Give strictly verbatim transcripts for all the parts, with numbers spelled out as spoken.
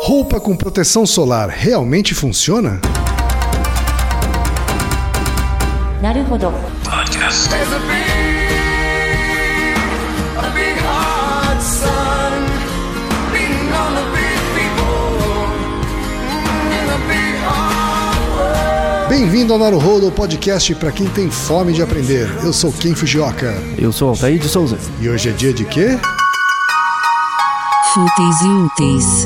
Roupa com proteção solar realmente funciona? Naruhodo. Podcast. Bem-vindo ao Naruhodo, o podcast para quem tem fome de aprender. Eu sou Ken Fujioka. Eu sou Altair de Souza. E hoje é dia de quê? Fúteis e úteis.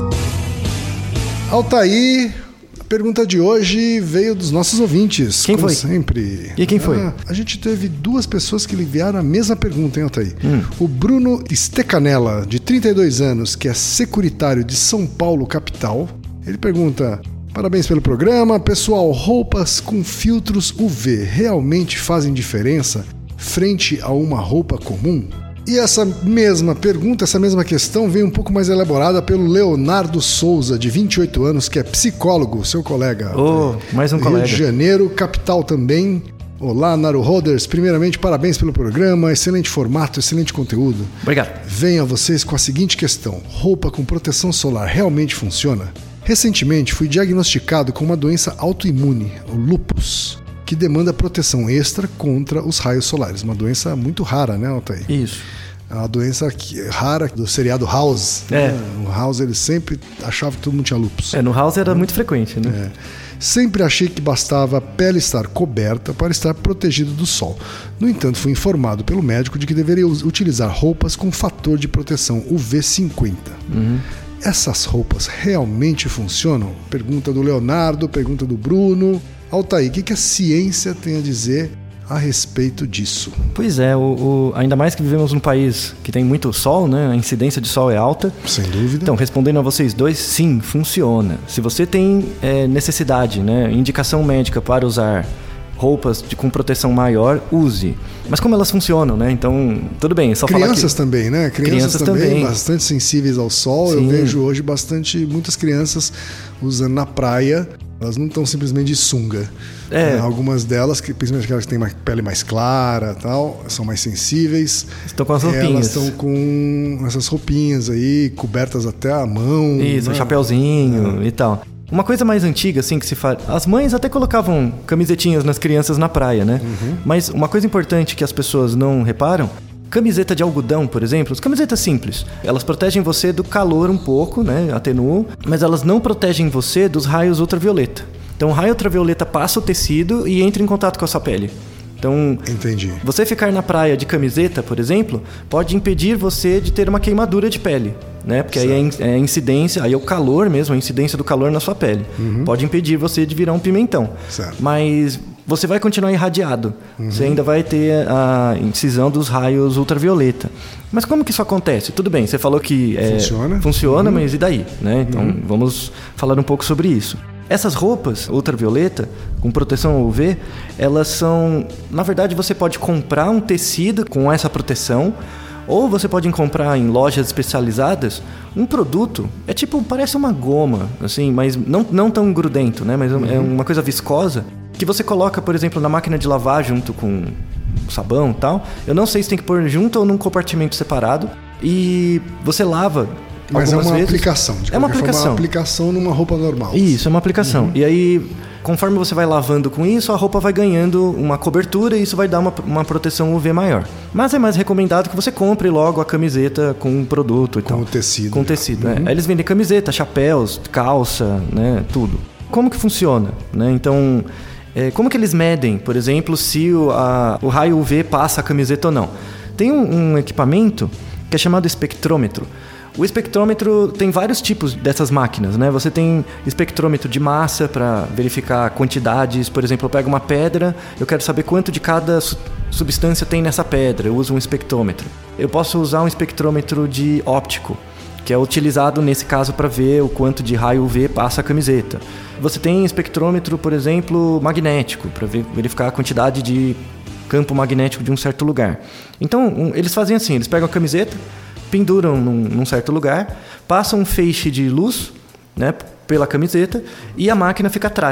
Altair, a pergunta de hoje veio dos nossos ouvintes. Quem como foi? sempre. E quem foi? Ah, a gente teve duas pessoas que lhe enviaram a mesma pergunta, hein, Altair? Hum. O Bruno Stecanella, de trinta e dois anos, que é securitário de São Paulo, capital. Ele pergunta: parabéns pelo programa. Pessoal, roupas com filtros U V realmente fazem diferença frente a uma roupa comum? E essa mesma pergunta, essa mesma questão veio um pouco mais elaborada pelo Leonardo Souza, de vinte e oito anos, que é psicólogo, seu colega. Oh, mais um Rio colega. de Janeiro, capital também. Olá, Naruhoders. Primeiramente, parabéns pelo programa. Excelente formato, excelente conteúdo. Obrigado. Venho a vocês com a seguinte questão: roupa com proteção solar realmente funciona? Recentemente fui diagnosticado com uma doença autoimune, o lúpus, que demanda proteção extra contra os raios solares. Uma doença muito rara, né, Altair? Isso. É uma doença que, rara do seriado House. É. Né? O House, ele sempre achava que todo mundo tinha lúpus. É, no House era muito frequente, né? É. Sempre achei que bastava a pele estar coberta para estar protegido do sol. No entanto, fui informado pelo médico de que deveria utilizar roupas com fator de proteção U V cinquenta. Uhum. Essas roupas realmente funcionam? Pergunta do Leonardo, pergunta do Bruno. Altair, o que, que a ciência tem a dizer a respeito disso? Pois é, o, o, ainda mais que vivemos num país que tem muito sol, né? A incidência de sol é alta. Sem dúvida. Então, respondendo a vocês dois, sim, funciona. Se você tem é, necessidade, né, indicação médica para usar roupas de, com proteção maior, use. Mas como elas funcionam, né? Então, tudo bem, é só falar que... Crianças também, né? Crianças, Crianças também, também. bastante sensíveis ao sol. Sim. Eu vejo hoje bastante, muitas crianças usando na praia. Elas não estão simplesmente de sunga. É. É, algumas delas, que, principalmente aquelas que têm uma pele mais clara, tal, são mais sensíveis. Estão com as roupinhas. Elas estão com essas roupinhas aí, cobertas até a mão. Isso, né? um chapéuzinho É. e tal. Uma coisa mais antiga, assim, que se faz... As mães até colocavam camisetinhas nas crianças na praia, né? Uhum. Mas uma coisa importante que as pessoas não reparam... Camiseta de algodão, por exemplo, as camisetas simples, elas protegem você do calor um pouco, né? Atenuam, mas elas não protegem você dos raios ultravioleta. Então, o raio ultravioleta passa o tecido e entra em contato com a sua pele. Então, Entendi. você ficar na praia de camiseta, por exemplo, pode impedir você de ter uma queimadura de pele, né? Porque aí é in- é a incidência, aí é o calor mesmo, a incidência do calor na sua pele. Uhum. Pode impedir você de virar um pimentão. Certo. Mas você vai continuar irradiado. Uhum. Você ainda vai ter a incisão dos raios ultravioleta. Mas como que isso acontece? Tudo bem, você falou que é, Funciona. funciona, Uhum. mas e daí? Né? Então, Uhum. vamos falar um pouco sobre isso. Essas roupas ultravioleta, com proteção U V, elas são... Na verdade, você pode comprar um tecido com essa proteção, ou você pode comprar em lojas especializadas um produto, é tipo, parece uma goma, assim, mas não, não tão grudento, né? Mas Uhum. é uma coisa viscosa, que você coloca, por exemplo, na máquina de lavar junto com sabão e tal. Eu não sei se tem que pôr junto ou num compartimento separado. E você lava... Mas é algumas uma vezes. aplicação. De É uma qualquer forma, aplicação. uma aplicação numa roupa normal. Isso, é uma aplicação. E aí, conforme você vai lavando com isso, a roupa vai ganhando uma cobertura e isso vai dar uma, uma proteção U V maior. Mas é mais recomendado que você compre logo a camiseta com o produto e Com tal. o tecido. Com o tecido, né? Aí eles vendem camiseta, chapéus, calça, né? Tudo. Como que funciona, né? Então, é, como que eles medem, por exemplo, se o, a, o raio U V passa a camiseta ou não? Tem um, um equipamento que é chamado espectrômetro. O espectrômetro tem vários tipos dessas máquinas, né? Você tem espectrômetro de massa para verificar quantidades. Por exemplo, eu pego uma pedra, eu quero saber quanto de cada su- substância tem nessa pedra. Eu uso um espectrômetro. Eu posso usar um espectrômetro de óptico, que é utilizado nesse caso para ver o quanto de raio U V passa a camiseta. Você tem espectrômetro, por exemplo, magnético, para verificar a quantidade de campo magnético de um certo lugar. Então, um, eles fazem assim, eles pegam a camiseta, penduram num, num certo lugar, passam um feixe de luz, né, pela camiseta e a máquina fica atrás.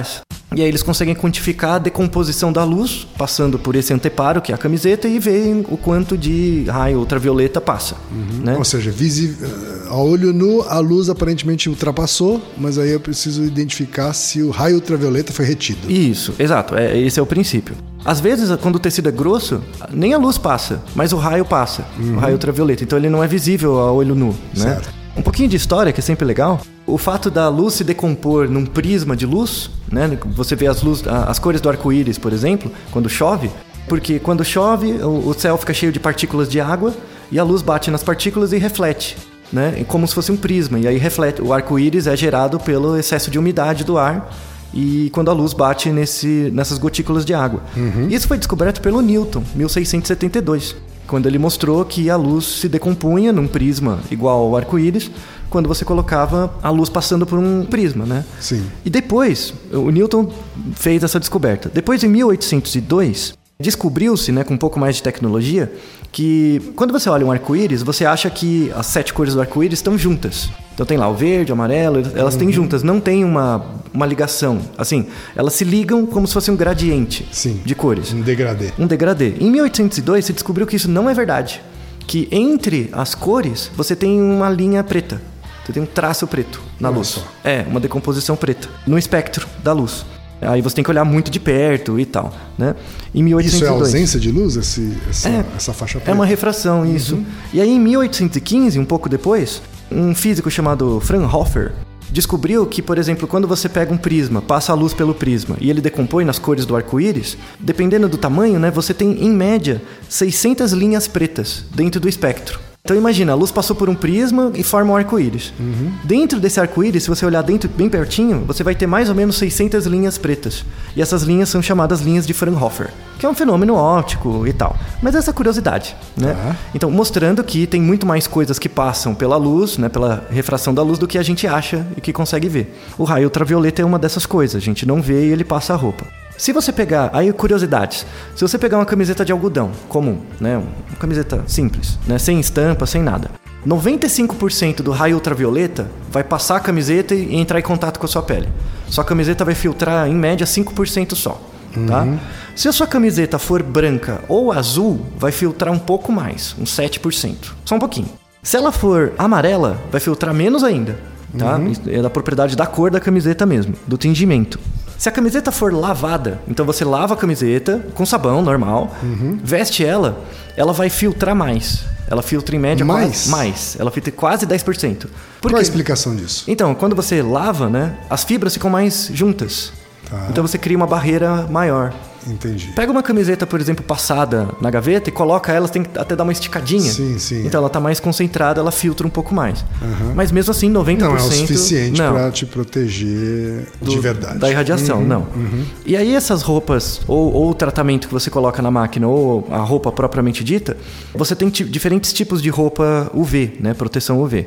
E aí eles conseguem quantificar a decomposição da luz, passando por esse anteparo, que é a camiseta, e veem o quanto de raio ultravioleta passa. Uhum. Né? Ou seja, visível, a olho nu, a luz aparentemente ultrapassou, mas aí eu preciso identificar se o raio ultravioleta foi retido. Isso, exato. É, esse é o princípio. Às vezes, quando o tecido é grosso, nem a luz passa, mas o raio passa, uhum. o raio ultravioleta. Então ele não é visível a olho nu. Né? Certo. Um pouquinho de história, que é sempre legal. O fato da luz se decompor num prisma de luz, né? Você vê as, luz, as cores do arco-íris, por exemplo, quando chove, porque quando chove o céu fica cheio de partículas de água e a luz bate nas partículas e reflete, né? Como se fosse um prisma, e aí reflete. O arco-íris é gerado pelo excesso de umidade do ar e quando a luz bate nesse, nessas gotículas de água. Uhum. Isso foi descoberto pelo Newton, mil seiscentos e setenta e dois, quando ele mostrou que a luz se decompunha num prisma igual ao arco-íris quando você colocava a luz passando por um prisma, né? Sim. E depois, o Newton fez essa descoberta. Depois, em mil oitocentos e dois, descobriu-se, né, com um pouco mais de tecnologia, que quando você olha um arco-íris, você acha que as sete cores do arco-íris estão juntas. Então tem lá o verde, o amarelo, elas uhum. têm juntas, não tem uma, uma ligação. Assim, elas se ligam como se fosse um gradiente Sim, de cores. Um degradê. Um degradê. Em mil oitocentos e dois, se descobriu que isso não é verdade. Que entre as cores, você tem uma linha preta. Você tem um traço preto na Olha luz. Só. É, uma decomposição preta no espectro da luz. Aí você tem que olhar muito de perto e tal, né? Em mil oitocentos e dois, isso é ausência de luz, esse, essa, é, essa faixa preta? É uma refração, isso. Uhum. E aí em mil oitocentos e quinze, um pouco depois, um físico chamado Fraunhofer descobriu que, por exemplo, quando você pega um prisma, passa a luz pelo prisma e ele decompõe nas cores do arco-íris, dependendo do tamanho, né, você tem, em média, seiscentas linhas pretas dentro do espectro. Então imagina, a luz passou por um prisma e forma um arco-íris. Uhum. Dentro desse arco-íris, se você olhar dentro bem pertinho, você vai ter mais ou menos seiscentas linhas pretas. E essas linhas são chamadas linhas de Fraunhofer, que é um fenômeno óptico e tal. Mas essa curiosidade, né? Uhum. Então, mostrando que tem muito mais coisas que passam pela luz, né, pela refração da luz, do que a gente acha e que consegue ver. O raio ultravioleta é uma dessas coisas, a gente não vê e ele passa a roupa. Se você pegar, aí curiosidades, se você pegar uma camiseta de algodão comum, né, uma camiseta simples, né, sem estampa, sem nada, noventa e cinco por cento do raio ultravioleta vai passar a camiseta e entrar em contato com a sua pele. Sua camiseta vai filtrar, em média, cinco por cento só. Tá? Uhum. Se a sua camiseta for branca ou azul, vai filtrar um pouco mais, uns sete por cento, só um pouquinho. Se ela for amarela, vai filtrar menos ainda. Tá? Uhum. É da propriedade da cor da camiseta mesmo, do tingimento. Se a camiseta for lavada, então você lava a camiseta com sabão normal, uhum. veste ela, ela vai filtrar mais. Ela filtra em média mais? Quase, mais. Ela filtra quase dez por cento. Por Qual quê? a explicação disso? Então, quando você lava, né, as fibras ficam mais juntas. Tá. Então você cria uma barreira maior. Entendi. Pega uma camiseta, por exemplo, passada na gaveta e coloca ela, você tem que até dar uma esticadinha. Sim, sim. Então ela está mais concentrada, ela filtra um pouco mais. Uhum. Mas mesmo assim, noventa por cento... Não é o suficiente para te proteger do, de verdade. Da irradiação, uhum, não. Uhum. E aí essas roupas, ou, ou o tratamento que você coloca na máquina, ou a roupa propriamente dita, você tem t- diferentes tipos de roupa U V, né? Proteção U V.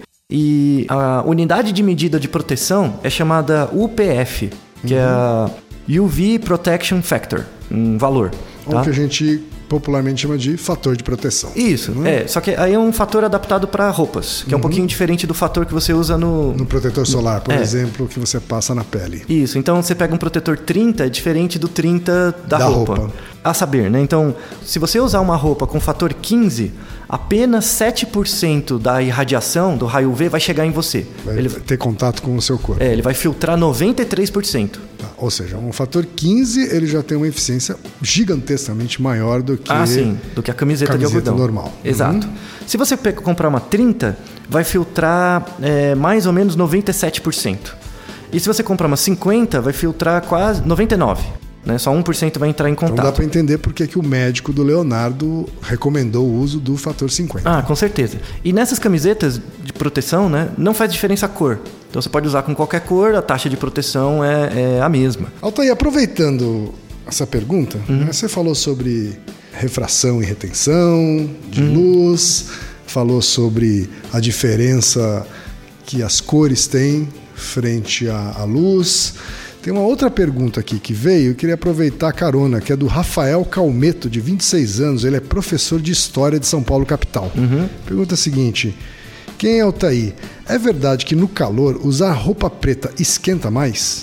E a unidade de medida de proteção é chamada U P F, que uhum. é a U V Protection Factor, um valor. Ou tá? que a gente popularmente chama de fator de proteção. Isso, né? é. Só que aí é um fator adaptado para roupas, que uhum. é um pouquinho diferente do fator que você usa no... No protetor solar, por é. exemplo, que você passa na pele. Isso, então você pega um protetor trinta, é diferente do trinta da, da roupa. roupa. A saber, né? Então, se você usar uma roupa com fator quinze, apenas sete por cento da irradiação do raio U V vai chegar em você. Vai ele ter contato com o seu corpo. É, ele vai filtrar noventa e três por cento. Tá, ou seja, um fator quinze, ele já tem uma eficiência gigantescamente maior do que... Ah, sim, do que a camiseta, camiseta de algodão. normal. Exato. Uhum. Se você comprar uma trinta, vai filtrar é, mais ou menos noventa e sete por cento. E se você comprar uma cinquenta, vai filtrar quase noventa e nove por cento. Né? Só um por cento vai entrar em contato. Então dá para entender porque que o médico do Leonardo recomendou o uso do fator cinquenta. Ah, com certeza. E nessas camisetas de proteção, né, não faz diferença a cor. Então você pode usar com qualquer cor, a taxa de proteção é, é a mesma. Altair, aproveitando essa pergunta, uhum. né, você falou sobre refração e retenção de uhum. luz, falou sobre a diferença que as cores têm frente à, à luz. Tem uma outra pergunta aqui que veio, eu queria aproveitar a carona, que é do Rafael Calmeto, de vinte e seis anos, ele é professor de História de São Paulo, capital. Uhum. Pergunta a seguinte: quem é Altair? É verdade que no calor usar roupa preta esquenta mais?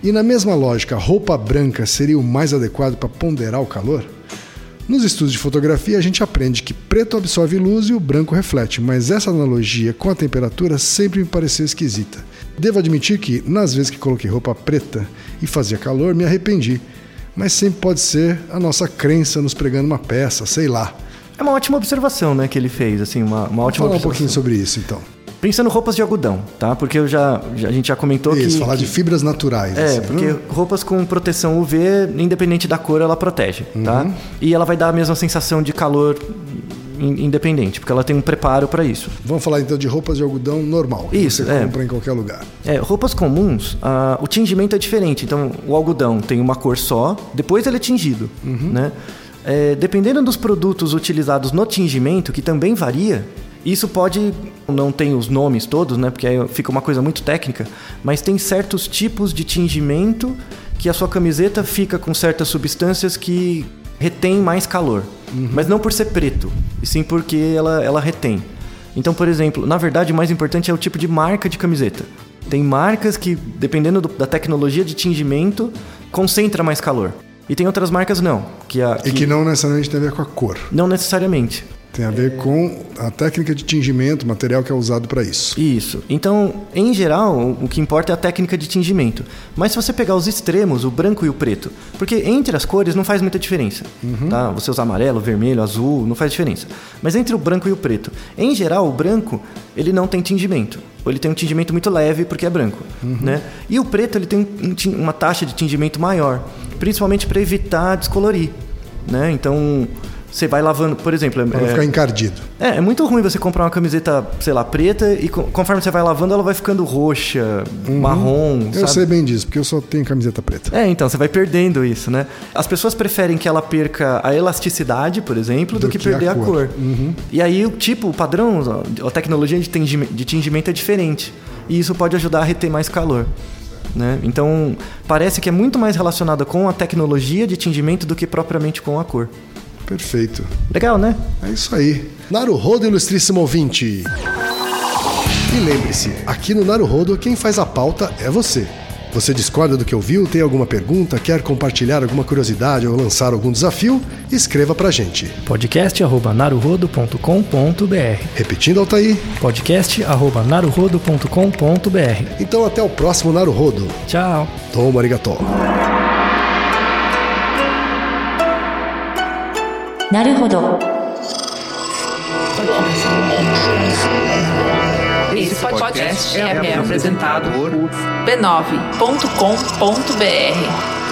E na mesma lógica, roupa branca seria o mais adequado para ponderar o calor? Nos estudos de fotografia, a gente aprende que preto absorve luz e o branco reflete, mas essa analogia com a temperatura sempre me pareceu esquisita. Devo admitir que, nas vezes que coloquei roupa preta e fazia calor, me arrependi. Mas sempre pode ser a nossa crença nos pregando uma peça, sei lá. É uma ótima observação, né, que ele fez, assim, uma, uma Vamos ótima falar um observação. pouquinho sobre isso, então. Pensando em roupas de algodão, tá? Porque eu já, já- a gente já comentou que... Isso, falar que- de fibras naturais. É, assim, porque né? roupas com proteção U V, independente da cor, ela protege, tá? E ela vai dar a mesma sensação de calor in- independente, porque ela tem um preparo para isso. Vamos falar então de roupas de algodão normal, que Isso, você é. compra em qualquer lugar. É, roupas comuns, ah, o tingimento é diferente. Então, o algodão tem uma cor só, depois ele é tingido, né? É, dependendo dos produtos utilizados no tingimento, que também varia, isso pode... Não tem os nomes todos, né? Porque aí fica uma coisa muito técnica, mas tem certos tipos de tingimento que a sua camiseta fica com certas substâncias que retém mais calor. Mas não por ser preto, e sim porque ela, ela retém. Então, por exemplo, na verdade, o mais importante é o tipo de marca de camiseta. Tem marcas que, dependendo do- da tecnologia de tingimento, concentra mais calor. E tem outras marcas não. Que a, E que não necessariamente tem a ver com a cor. Não necessariamente. Tem a ver com a técnica de tingimento, o material que é usado para isso. Isso. Então, em geral, o o que importa é a técnica de tingimento. Mas se você pegar os extremos, o branco e o preto, porque entre as cores não faz muita diferença, tá? Você usar amarelo, vermelho, azul, não faz diferença. Mas entre o branco e o preto, em geral, o branco, ele não tem tingimento. Ou ele tem um tingimento muito leve porque é branco, né? E o preto, ele tem um tin- uma taxa de tingimento maior, principalmente para evitar descolorir, né? Então, você vai lavando, por exemplo... Para não é- ficar encardido. É, é muito ruim você comprar uma camiseta, sei lá, preta e co- conforme você vai lavando ela vai ficando roxa, marrom, Eu sabe? sei bem disso, porque eu só tenho camiseta preta. É, então, você vai perdendo isso, né? As pessoas preferem que ela perca a elasticidade, por exemplo, do, Do que, que a perder a cor. cor. E aí o tipo, o padrão, a tecnologia de tingimento, de tingimento é diferente. E isso pode ajudar a reter mais calor. Né? Então, parece que é muito mais relacionado com a tecnologia de tingimento do que propriamente com a cor. Perfeito. Legal, né? É isso aí. Naruhodo, ilustríssimo ouvinte. E lembre-se, aqui no Naruhodo, quem faz a pauta é você. Você discorda do que ouviu, tem alguma pergunta, quer compartilhar alguma curiosidade ou lançar algum desafio? Escreva pra gente. podcast arroba naruhodo ponto com ponto br Repetindo, Altair. podcast arroba naruhodo ponto com ponto br Então até o próximo Naruhodo. Tchau! Tomo arigatô. なるほど。 Esse podcast é apresentado por b nove ponto com ponto br.